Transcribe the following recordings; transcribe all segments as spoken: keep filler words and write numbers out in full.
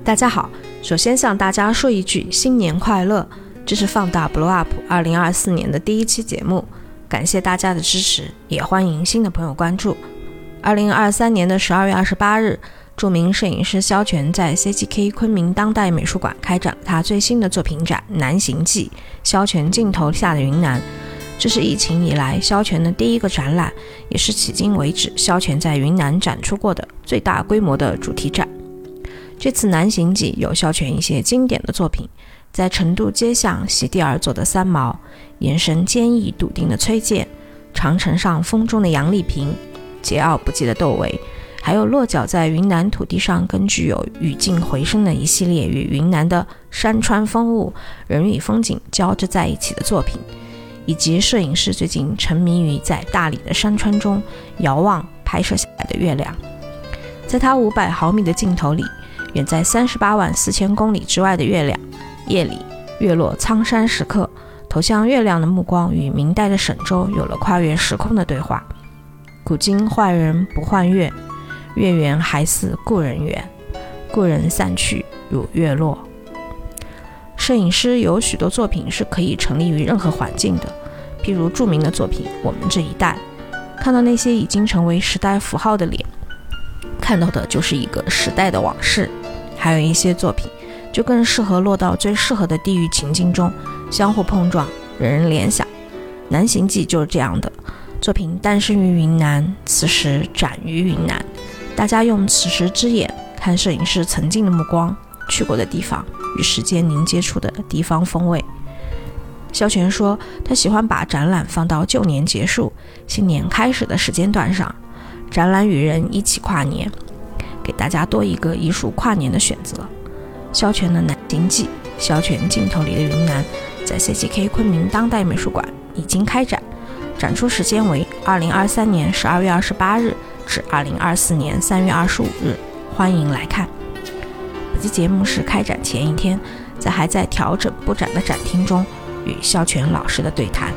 大家好，首先向大家说一句新年快乐，这是放大 Blow Up 二零二四年的第一期节目，感谢大家的支持，也欢迎新的朋友关注。二零二三年的十二月二十八日，著名摄影师萧全在 C G K 昆明当代美术馆开展了他最新的作品展《南行记》，萧全镜头下的云南。这是疫情以来萧全的第一个展览，也是迄今为止萧全在云南展出过的最大规模的主题展。这次南行记有萧全一些经典的作品，在成都街巷席地而坐的三毛，眼神坚毅笃定的崔健，长城上风中的杨丽萍，桀骜不羁的窦唯，还有落脚在云南土地上更具有语境回声的一系列与云南的山川风物、人与风景交织在一起的作品，以及摄影师最近沉迷于在大理的山川中遥望拍摄下来的月亮。在他五百毫米的镜头里，远在三十八万四千公里之外的月亮，夜里月落苍山时刻，投向月亮的目光与明代的沈周有了跨越时空的对话。古今坏人不换月，月圆还似故人圆，故人散去如月落。摄影师有许多作品是可以成立于任何环境的，譬如著名的作品《我们这一代》，看到那些已经成为时代符号的脸，看到的就是一个时代的往事。还有一些作品就更适合落到最适合的地域情境中，相互碰撞，人人联想。南行记就是这样的作品，诞生于云南，此时展于云南，大家用此时之眼看摄影师曾经的目光，去过的地方与时间凝结出的地方风味。萧全说他喜欢把展览放到旧年结束新年开始的时间段上，展览与人一起跨年，给大家多一个艺术跨年的选择。萧全的南行记，萧全镜头里的云南，在 C G K 昆明当代美术馆已经开展，展出时间为二零二三年十二月二十八日至二零二四年三月二十五日，欢迎来看。本期节目是开展前一天，在还在调整布展的展厅中与萧全老师的对谈。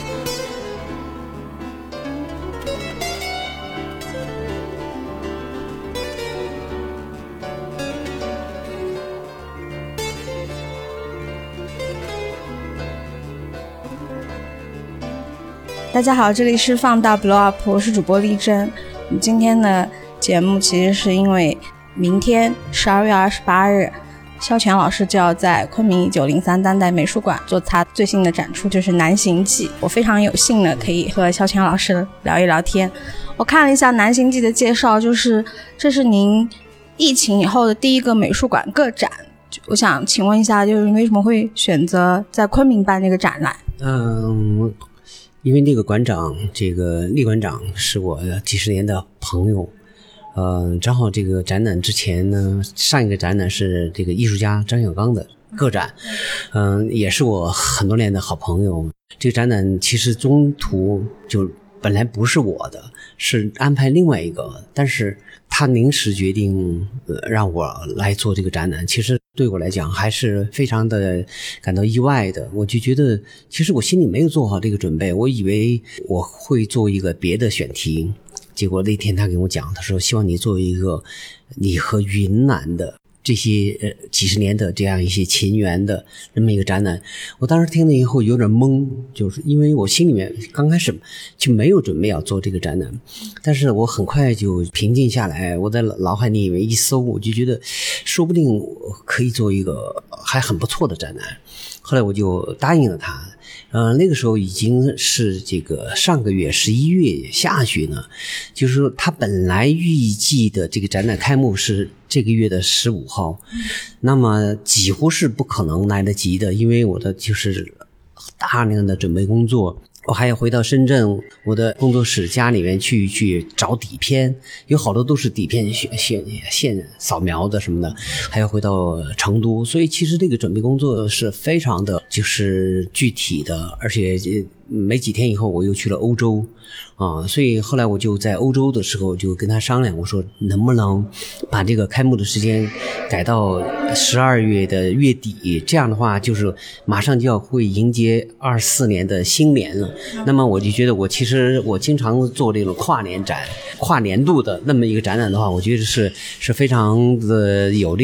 大家好，这里是放大 Blow Up， 我是主播丽珍。今天的节目其实是因为明天十二月二十八日，萧全老师就要在昆明一九零三当代美术馆做他最新的展出，就是南行记。我非常有幸的可以和萧全老师聊一聊天。我看了一下南行记的介绍，就是这是您疫情以后的第一个美术馆个展。我想请问一下，就是为什么会选择在昆明办这个展览？ 嗯，因为那个馆长，这个厉馆长是我几十年的朋友，呃，正好这个展览之前呢，上一个展览是这个艺术家张小刚的个展，嗯、呃，也是我很多年的好朋友。这个展览其实中途就本来不是我的，是安排另外一个，但是他临时决定、呃、让我来做这个展览，其实对我来讲还是非常的感到意外的。我就觉得其实我心里没有做好这个准备，我以为我会做一个别的选题，结果那天他跟我讲，他说希望你做一个你和云南的这些呃几十年的这样一些情缘的这么一个展览。我当时听了以后有点懵，就是因为我心里面刚开始就没有准备要做这个展览，但是我很快就平静下来，我在脑海里面一搜，我就觉得说不定可以做一个还很不错的展览。后来我就答应了他。呃，那个时候已经是这个上个月十一月下旬了，就是说他本来预计的这个展览开幕是这个月的十五号，那么几乎是不可能来得及的，因为我的就是大量的准备工作，我还要回到深圳我的工作室家里面去去找底片，有好多都是底片线线线扫描的什么的，还要回到成都，所以其实这个准备工作是非常的就是具体的，而且没几天以后我又去了欧洲啊，所以后来我就在欧洲的时候就跟他商量，我说能不能把这个开幕的时间改到十二月的月底，这样的话就是马上就要会迎接二四年的新年了。那么我就觉得我其实我经常做这种跨年展跨年度的那么一个展览的话，我觉得是是非常的有这种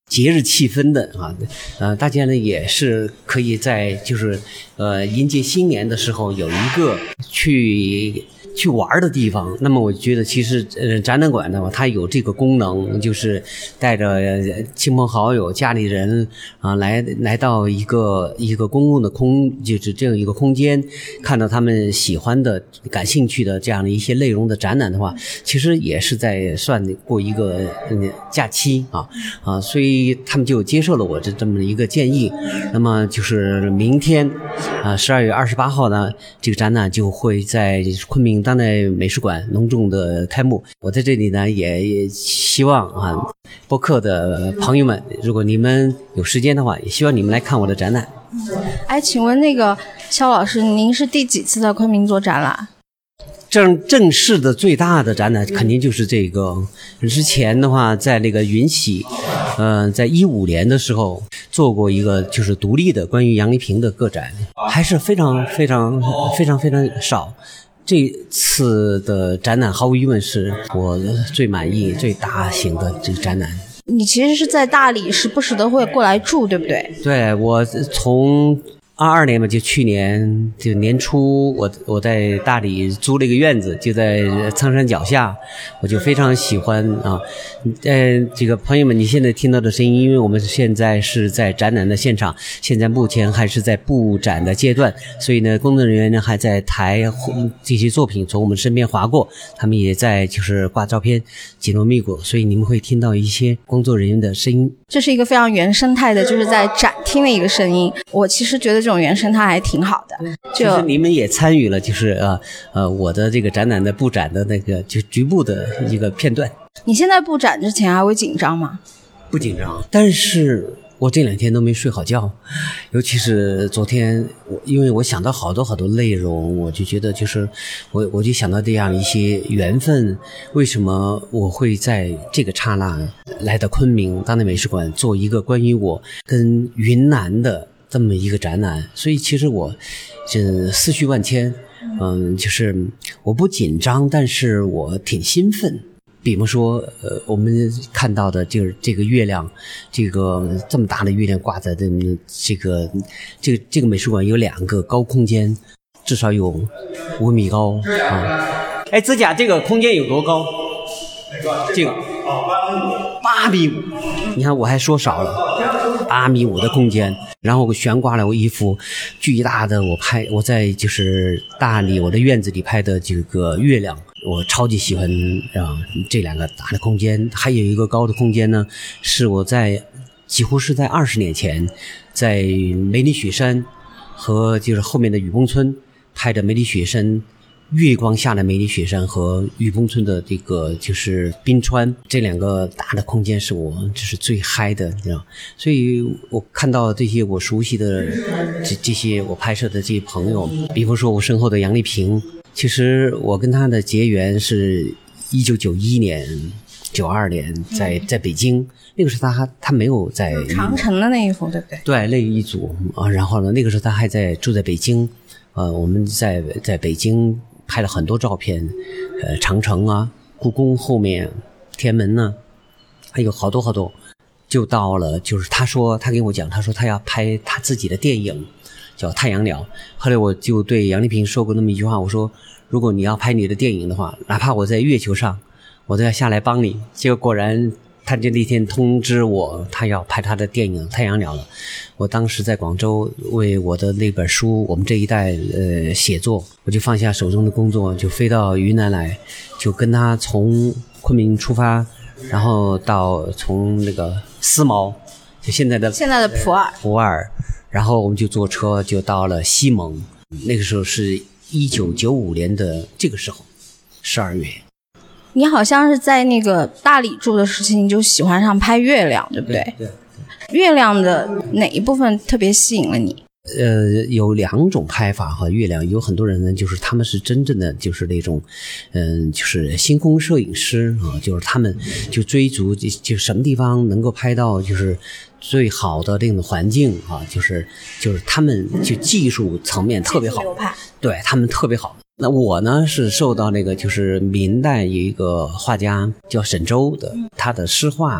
节日气氛的啊，呃，大家呢也是可以在就是呃迎接新年的时候有一个去去玩的地方。那么我觉得其实呃展览馆呢，它有这个功能，就是带着亲朋好友、家里人啊来来到一个一个公共的空，就是这样一个空间，看到他们喜欢的、感兴趣的这样的一些内容的展览的话，其实也是在算过一个嗯假期啊啊，所以他们就接受了我这这么一个建议。那么就是明天啊，十二月二十八号呢，这个展览就会在昆明当代美术馆隆重的开幕。我在这里呢，也也希望啊，播客的朋友们，如果你们有时间的话，也希望你们来看我的展览。 哎，请问那个肖老师，您是第几次在昆明做展览？ 正正式的最大的展览肯定就是这个。之前的话，在那个云喜，呃，在一五年的时候做过一个就是独立的关于杨丽萍的个展，还是非常非常非常非常少。这次的展览毫无疑问是我最满意、最大型的这个展览。 你其实是在大理，时不时的会过来住，对不对？ 对，我从二二年嘛，就去年就年初，我我在大理租了一个院子，就在苍山脚下，我就非常喜欢啊。呃，这个朋友们，你现在听到的声音，因为我们现在是在展览的现场，现在目前还是在布展的阶段，所以呢，工作人员呢还在抬这些作品从我们身边划过，他们也在就是挂照片、紧锣密鼓，所以你们会听到一些工作人员的声音。 这是一个非常原生态的，就是在展厅的一个声音。我其实觉得这种原生态还挺好的。 其实你们也参与了，就是呃呃我的这个展览的布展的那个就局部的一个片段。 你现在布展之前还会紧张吗？ 不紧张，但是我这两天都没睡好觉，尤其是昨天，我因为我想到好多好多内容，我就觉得就是我我就想到这样一些缘分，为什么我会在这个刹那来到昆明当代美术馆做一个关于我跟云南的这么一个展览，所以其实我这思绪万千，嗯，就是我不紧张，但是我挺兴奋。比方说，呃，我们看到的就是这个月亮，这个这么大的月亮挂在这这个这个这个美术馆有两个高空间，至少有五米高啊。哎，子甲，这个空间有多高？这个八米五，你看我还说少了，八米五的空间，然后我悬挂了我一幅巨大的，我拍我在就是大理我的院子里拍的这个月亮。我超级喜欢啊这两个大的空间，还有一个高的空间呢，是我在几乎是在二十年前，在梅里雪山和就是后面的雨崩村拍的梅里雪山月光下的梅里雪山和雨崩村的这个就是冰川，这两个大的空间是我就是最嗨的，你知道，所以我看到这些我熟悉的这这些我拍摄的这些朋友，比方说我身后的杨丽萍。其实我跟他的结缘是一九九一年、九二年在在北京，那个时候他他没有在长城的那一幅，对不对？ 对，那一组啊，然后呢，那个时候他还在住在北京，呃，我们在在北京拍了很多照片，呃，长城啊，故宫后面，天安门呢，还有好多好多，就到了，就是他说他跟我讲，他说他要拍他自己的电影。叫太阳鸟，后来我就对杨丽萍说过那么一句话，我说如果你要拍你的电影的话，哪怕我在月球上我都要下来帮你。结果果然他就那天通知我他要拍他的电影太阳鸟了。我当时在广州为我的那本书我们这一代呃写作，我就放下手中的工作，就飞到云南来，就跟他从昆明出发，然后到从那个思茅，就现在的现在的普洱普洱，然后我们就坐车就到了西蒙，那个时候是一九九五年的这个时候十二月。 你好像是在那个大理住的时期你就喜欢上拍月亮，对不对？ 对。 对，月亮的哪一部分特别吸引了你？ 呃，有两种拍法和月亮，有很多人呢，就是他们是真正的就是那种，嗯、呃，就是星空摄影师啊，就是他们就追逐就就什么地方能够拍到就是最好的那种环境啊，就是就是他们就技术层面特别好，对他们特别好。那我呢是受到那个就是明代有一个画家叫沈周的，他的诗画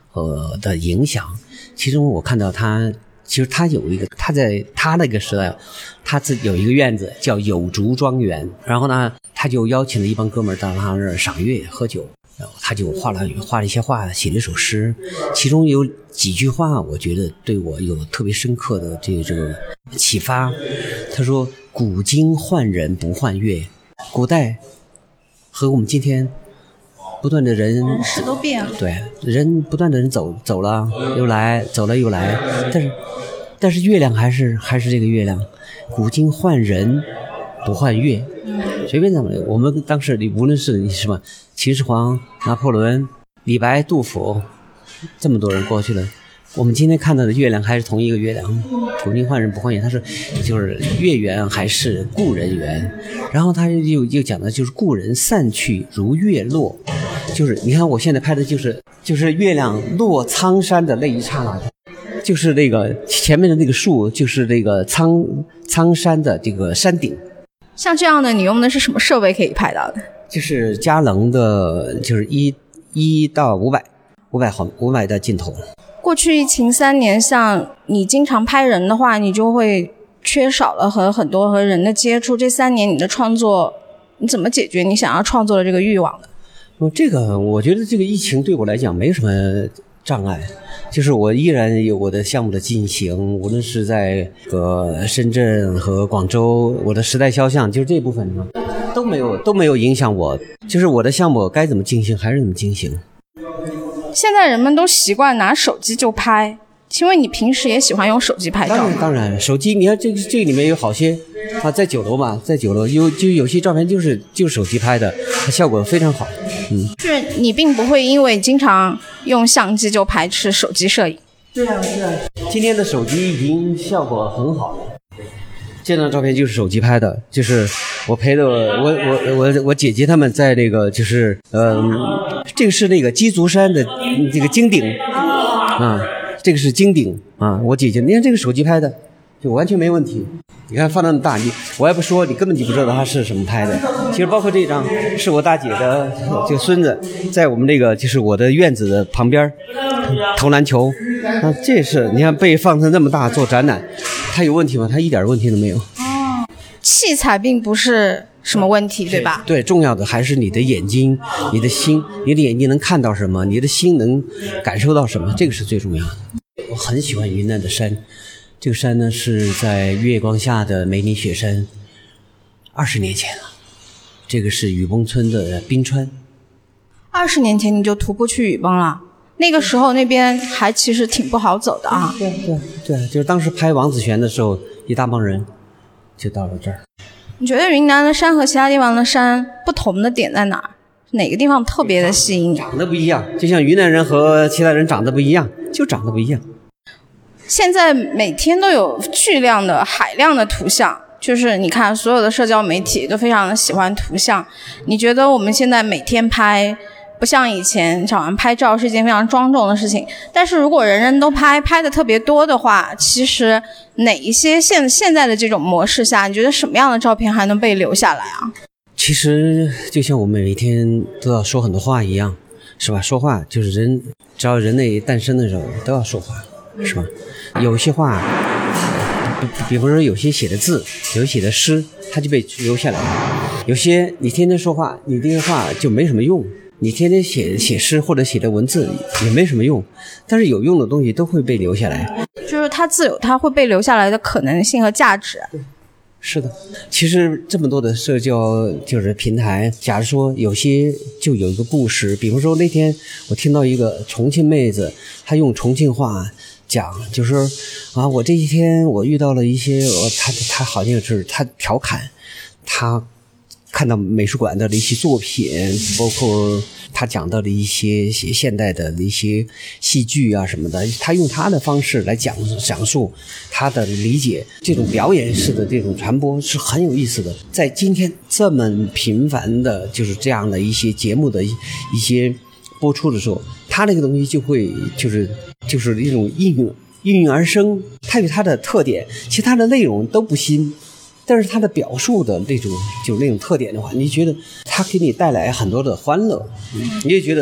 呃的影响。其中我看到他，其实他有一个，他在他那个时代，他自有一个院子叫有竹庄园，然后呢，他就邀请了一帮哥们儿到他那儿赏月喝酒。然后他就画了画了一些画，写了一首诗，其中有几句话，我觉得对我有特别深刻的这种启发。他说：“古今换人不换月。”古代和我们今天不断的人人事都变了， 对，人不断的人走走了又来，走了又来，但是但是月亮还是还是这个月亮。古今换人不换月。随便怎么，我们当时无论是你什么秦始皇、拿破仑、李白、杜甫，这么多人过去了，我们今天看到的月亮还是同一个月亮。古今换人不换月，他说就是月圆还是故人圆。然后他又又讲的就是故人散去如月落，就是你看我现在拍的就是就是月亮落苍山的那一刹那，就是那个前面的那个树，就是那个苍苍山的这个山顶。 像这样的你用的是什么设备可以拍到的？ 就是佳能的，就是一一到五百，五百毫五百的镜头。 过去疫情三年，像你经常拍人的话，你就会缺少了和很多和人的接触。这三年你的创作，你怎么解决你想要创作的这个欲望的？ 嗯，这个我觉得这个疫情对我来讲没什么障碍，就是我依然有我的项目的进行，无论是在呃深圳和广州，我的时代肖像就是这部分呢都没有都没有影响我，就是我的项目该怎么进行还是怎么进行。 现在人们都习惯拿手机就拍，因为你平时也喜欢用手机拍照。 当然当然，手机你看这个这个里面有好些啊，在九楼嘛，在九楼有就有些照片就是就是手机拍的，它效果非常好。嗯， 就是你并不会因为经常用相机就排斥手机摄影。 对啊对啊，今天的手机已经效果很好了。这张照片就是手机拍的，就是我陪着我我我我姐姐他们在那个就是嗯、呃，这个是那个鸡足山的这个金顶啊，这个是金顶啊，我姐姐你看这个手机拍的就完全没问题。你看放那么大，你我也不说，你根本就不知道它是什么拍的。其实包括这张是我大姐的这个孙子，在我们这个就是我的院子的旁边投篮球。那这是你看被放成那么大做展览，它有问题吗？它一点问题都没有。 哦，器材并不是什么问题，对吧？ 对，重要的还是你的眼睛、你的心，你的眼睛能看到什么，你的心能感受到什么，这个是最重要的。我很喜欢云南的山。这个山呢是在月光下的梅林雪山，二十年前了。这个是雨崩村的冰川。 二十年前你就徒步去雨崩了，那个时候那边还其实挺不好走的啊。 对对对，就是当时拍王子璇的时候，一大帮人就到了这儿。 你觉得云南的山和其他地方的山不同的点在哪儿？哪个地方特别的吸引你？ 长得不一样，就像云南人和其他人长得不一样，就长得不一样。 现在每天都有巨量的海量的图像，就是你看所有的社交媒体都非常的喜欢图像。你觉得我们现在每天拍不像以前讲完拍照是一件非常庄重的事情，但是如果人人都拍拍的特别多的话，其实哪一些现现在的这种模式下，你觉得什么样的照片还能被留下来啊？ 其实就像我们每天都要说很多话一样，是吧？说话就是人，只要人类诞生的时候都要说话，是吧？有些话，比比方说有些写的字，有些写的诗，它就被留下来了。有些你天天说话，你这些话就没什么用。你天天写写诗或者写的文字也没什么用，但是有用的东西都会被留下来。 就是它自有它会被留下来的可能性和价值。 对，是的。其实这么多的社交就是平台，假如说有些就有一个故事，比如说那天我听到一个重庆妹子，她用重庆话讲，就是啊，我这一天我遇到了一些，我她她好像是她调侃，她看到美术馆的一些作品，包括他讲到的一些现代的一些戏剧啊什么的，他用他的方式来讲讲述他的理解，这种表演式的这种传播是很有意思的。在今天这么频繁的就是这样的一些节目的一些播出的时候，他那个东西就会就是就是一种应运应运而生，它有它的特点，其他的内容都不新。但是它的表述的那种就那种特点的话，你觉得它给你带来很多的欢乐，你就觉得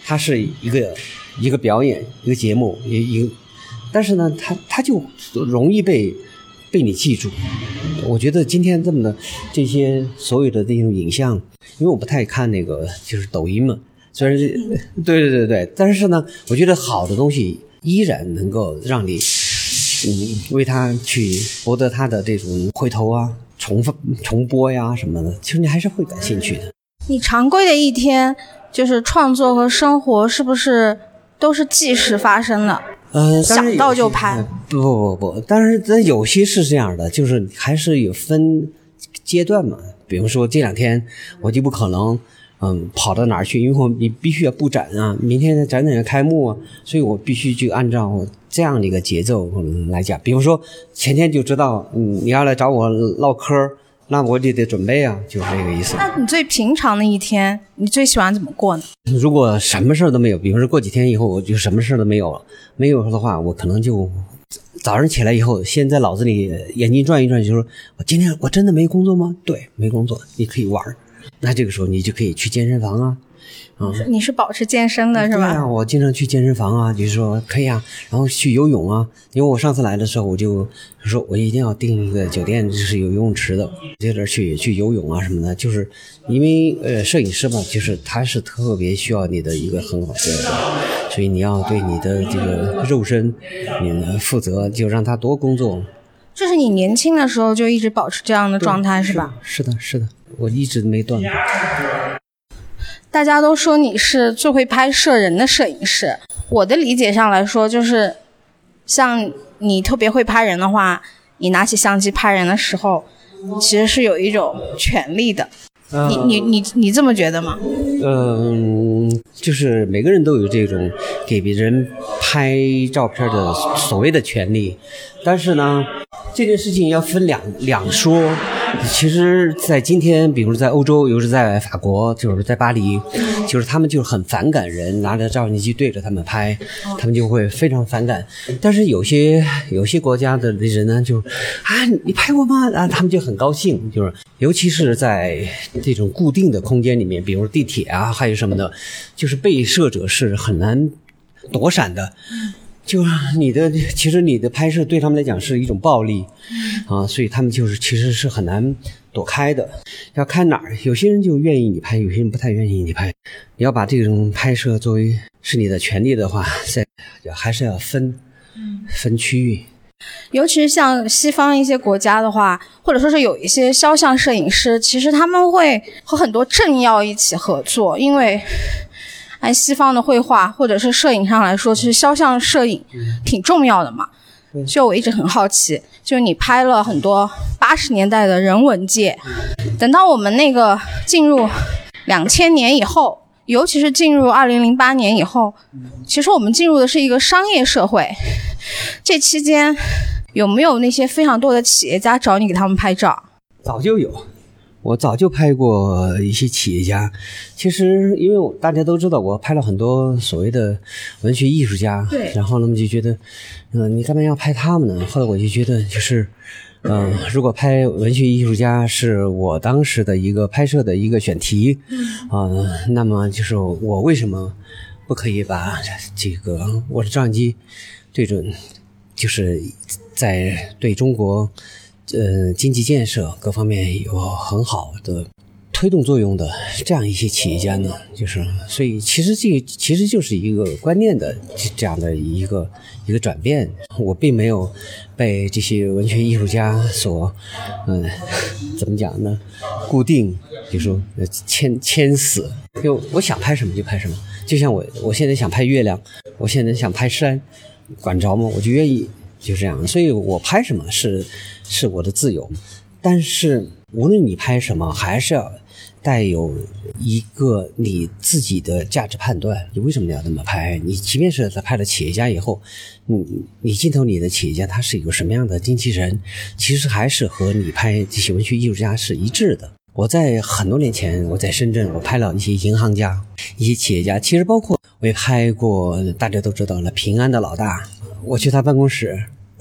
它是一个一个表演，一个节目，一个，但是呢，它它就容易被被你记住。我觉得今天这么的这些所有的这种影像，因为我不太看那个就是抖音嘛，虽然是对对对对，但是呢，我觉得好的东西依然能够让你嗯为它去博得它的这种回头啊、重放重播呀什么的，其实你还是会感兴趣的。 你常规的一天就是创作和生活是不是都是即时发生的？ 呃， 想到就拍。 呃、不不不不，但是但有些是这样的，就是还是有分阶段嘛。比如说这两天我就不可能嗯跑到哪儿去，因为我你必须要布展啊，明天的展览要开幕啊，所以我必须就按照这样的一个节奏来讲。比如说前天就知道嗯你要来找我唠嗑，那我就得准备啊，就是这个意思。 那你最平常的一天，你最喜欢怎么过呢？ 如果什么事都没有，比如说过几天以后我就什么事都没有了，没有的话，我可能就早上起来以后，先在脑子里眼睛转一转，就说我今天我真的没工作吗？对，没工作，你可以玩。那这个时候你就可以去健身房啊。嗯， 你是保持健身的是吧？ 对啊，我经常去健身房啊，就是说可以啊，然后去游泳啊。因为我上次来的时候，我就说我一定要订一个酒店，就是有游泳池的，接着去去游泳啊什么的。就是因为呃，摄影师嘛，就是他是特别需要你的一个很好的，所以你要对你的这个肉身你负责，就让他多工作。 这是你年轻的时候就一直保持这样的状态是吧？ 是的，是的，我一直没断过。 大家都说你是最会拍摄人的摄影师，我的理解上来说，就是像你特别会拍人的话，你拿起相机拍人的时候，其实是有一种权利的。呃、你你你你这么觉得吗？ 嗯，就是每个人都有这种给别人拍照片的所谓的权利，但是呢，这件事情要分两两说。其实在今天比如在欧洲，尤其是在法国，就是在巴黎，就是他们就很反感人拿着照相机对着他们拍，他们就会非常反感。但是有些有些国家的人呢，就啊你拍过吗？啊他们就很高兴，就是尤其是在这种固定的空间里面，比如地铁啊还有什么的，就是被摄者是很难躲闪的。就你的其实你的拍摄对他们来讲是一种暴力啊，所以他们就是其实是很难躲开的。要看哪儿，有些人就愿意你拍，有些人不太愿意你拍。你要把这种拍摄作为是你的权利的话，在还是要分分区域。 尤其是像西方一些国家的话，或者说是有一些肖像摄影师，其实他们会和很多政要一起合作，因为按西方的绘画或者是摄影上来说，其实肖像摄影挺重要的嘛。所以我一直很好奇，就是你拍了很多八十年代的人文界，等到我们那个进入两千年以后，尤其是进入二零零八年以后，其实我们进入的是一个商业社会。这期间有没有那些非常多的企业家找你给他们拍照？ 早就有。我早就拍过一些企业家，其实因为大家都知道我拍了很多所谓的文学艺术家， 对， 然后呢，我就觉得，嗯、呃，你干嘛要拍他们呢？后来我就觉得，就是，嗯、呃，如果拍文学艺术家是我当时的一个拍摄的一个选题，啊、呃，那么就是我为什么不可以把这个我的照相机对准，就是在对中国。呃，经济建设各方面有很好的推动作用的这样一些企业家呢，就是所以其实这个其实就是一个观念的这样的一个一个转变。我并没有被这些文学艺术家所嗯、呃、怎么讲呢固定，比如说牵牵死，就我想拍什么就拍什么。就像我我现在想拍月亮，我现在想拍山，管着吗？我就愿意。就这样，所以我拍什么是是我的自由，但是无论你拍什么，还是要带有一个你自己的价值判断。你为什么要这么拍？你即便是他拍了企业家以后，你你镜头里的企业家他是一个什么样的经纪人，其实还是和你拍这些文学艺术家是一致的。我在很多年前，我在深圳，我拍了一些银行家、一些企业家，其实包括我也拍过，大家都知道了，平安的老大。我去他办公室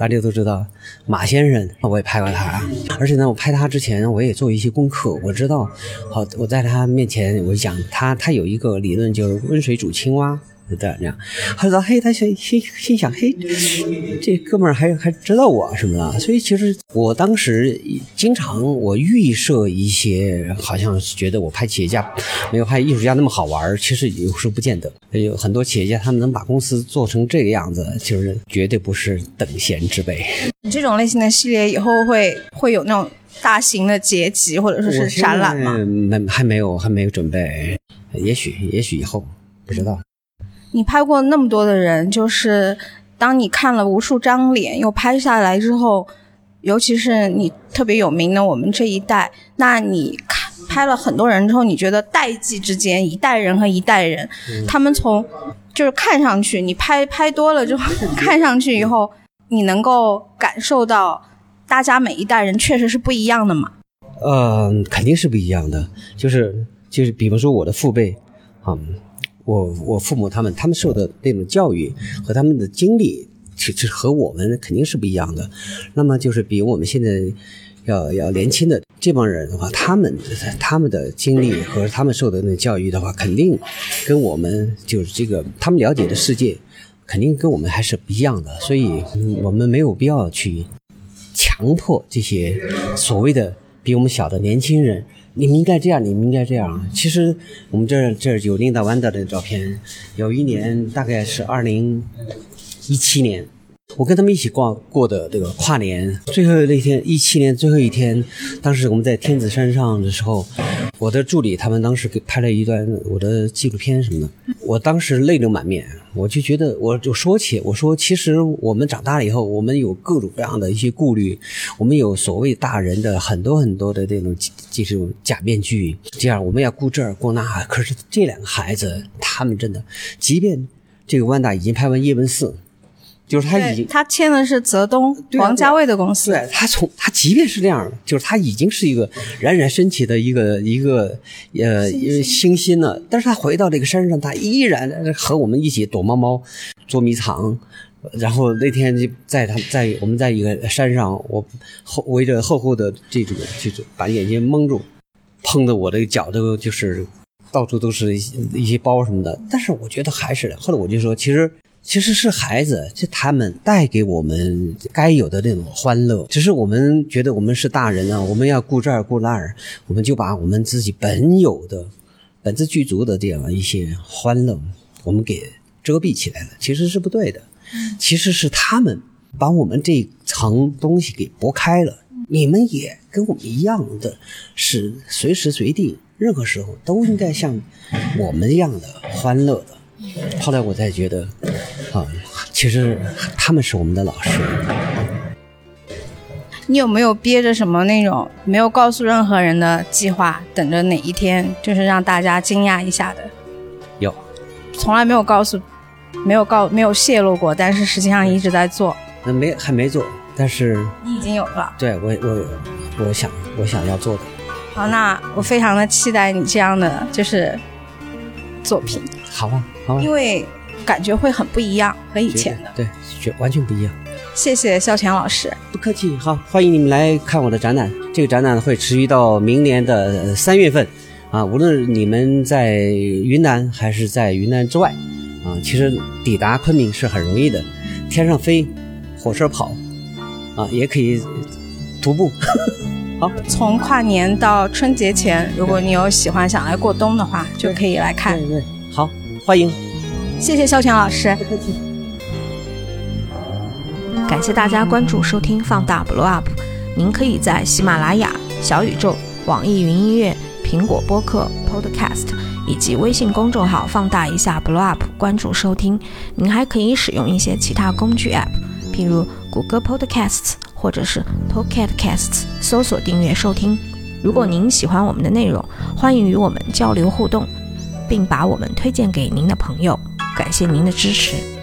大家都知道马先生，我也拍过他，而且呢，我拍他之前我也做一些功课，我知道，好，我在他面前我讲他，他有一个理论就是温水煮青蛙。这样，他说嘿，他心心心想嘿，这哥们儿还还知道我什么的，所以其实我当时经常我预设一些，好像觉得我拍企业家没有拍艺术家那么好玩，其实有时候不见得。有很多企业家他们能把公司做成这个样子，就是绝对不是等闲之辈。 你这种类型的系列以后会会有那种大型的结集或者说是展览吗？ 没，还没有，还没有准备，也许也许以后不知道。 你拍过那么多的人，就是当你看了无数张脸又拍下来之后，尤其是你特别有名的我们这一代，那你看拍了很多人之后，你觉得代际之间一代人和一代人、嗯、他们从就是看上去你拍拍多了之后看上去以后，你能够感受到大家每一代人确实是不一样的嘛？ 呃，肯定是不一样的，就是就是比方说我的父辈嗯我我父母他们他们受的那种教育和他们的经历其实和我们肯定是不一样的。那么就是比我们现在要要年轻的这帮人的话，他们他们的经历和他们受的那个教育的话，肯定跟我们就是这个他们了解的世界肯定跟我们还是不一样的。所以我们没有必要去强迫这些所谓的比我们小的年轻人，你们应该这样，你们应该这样。其实我们这这有琳达·万达的照片，有一年大概是二零一七年，我跟他们一起过过的这个跨年，最后那天一七年最后一天，当时我们在天子山上的时候，我的助理他们当时给拍了一段我的纪录片什么的，我当时泪流满面，我就觉得我就说起我说其实我们长大了以后，我们有各种各样的一些顾虑，我们有所谓大人的很多很多的这种这种假面具，这样我们要顾这儿顾那，可是这两个孩子他们真的，即便这个万达已经拍完叶问四，就是他已经他签的是泽东王家卫的公司， 对，他从他即便是这样，就是他已经是一个冉冉升起的一个一个呃星星了，但是他回到这个山上，他依然和我们一起躲猫猫、捉迷藏。然后那天就在他在我们在一个山上，我后围着厚厚的这种就是把眼睛蒙住，碰的我的脚都就是到处都是一些包什么的。但是我觉得还是后来我就说，其实。其实是孩子，就他们带给我们该有的那种欢乐，只是我们觉得我们是大人啊，我们要顾这儿顾那儿，我们就把我们自己本有的本自具足的这样一些欢乐我们给遮蔽起来了，其实是不对的。其实是他们把我们这层东西给拨开了，你们也跟我们一样的是随时随地任何时候都应该像我们一样的欢乐的。后来我才觉得啊，其实他们是我们的老师。 你有没有憋着什么那种没有告诉任何人的计划，等着哪一天就是让大家惊讶一下的？ 有， 从来没有告诉没有告没有泄露过，但是实际上一直在做。 那没还没做，但是你已经有了。 对，我我我想我想要做的。 好，那我非常的期待你这样的就是作品。 好啊，好啊， 因为感觉会很不一样，和以前的， 对，完全不一样。 谢谢肖全老师， 不客气。好，欢迎你们来看我的展览。这个展览会持续到明年的三月份啊，无论你们在云南还是在云南之外啊，其实抵达昆明是很容易的，天上飞，火车跑啊，也可以徒步。好， 从跨年到春节前，如果你有喜欢想来过冬的话，就可以来看。 对对，好，欢迎。 谢谢肖全老师。 不客气。 感谢大家关注收听放大 Blow Up， 您可以在喜马拉雅、小宇宙、网易云音乐、苹果播客 Podcast 以及微信公众号放大一下 Blow Up 关注收听。您还可以使用一些其他工具 App， 譬如谷歌 Podcasts 或者是 Pocket Casts 搜索订阅收听。如果您喜欢我们的内容，欢迎与我们交流互动，并把我们推荐给您的朋友。感谢您的支持。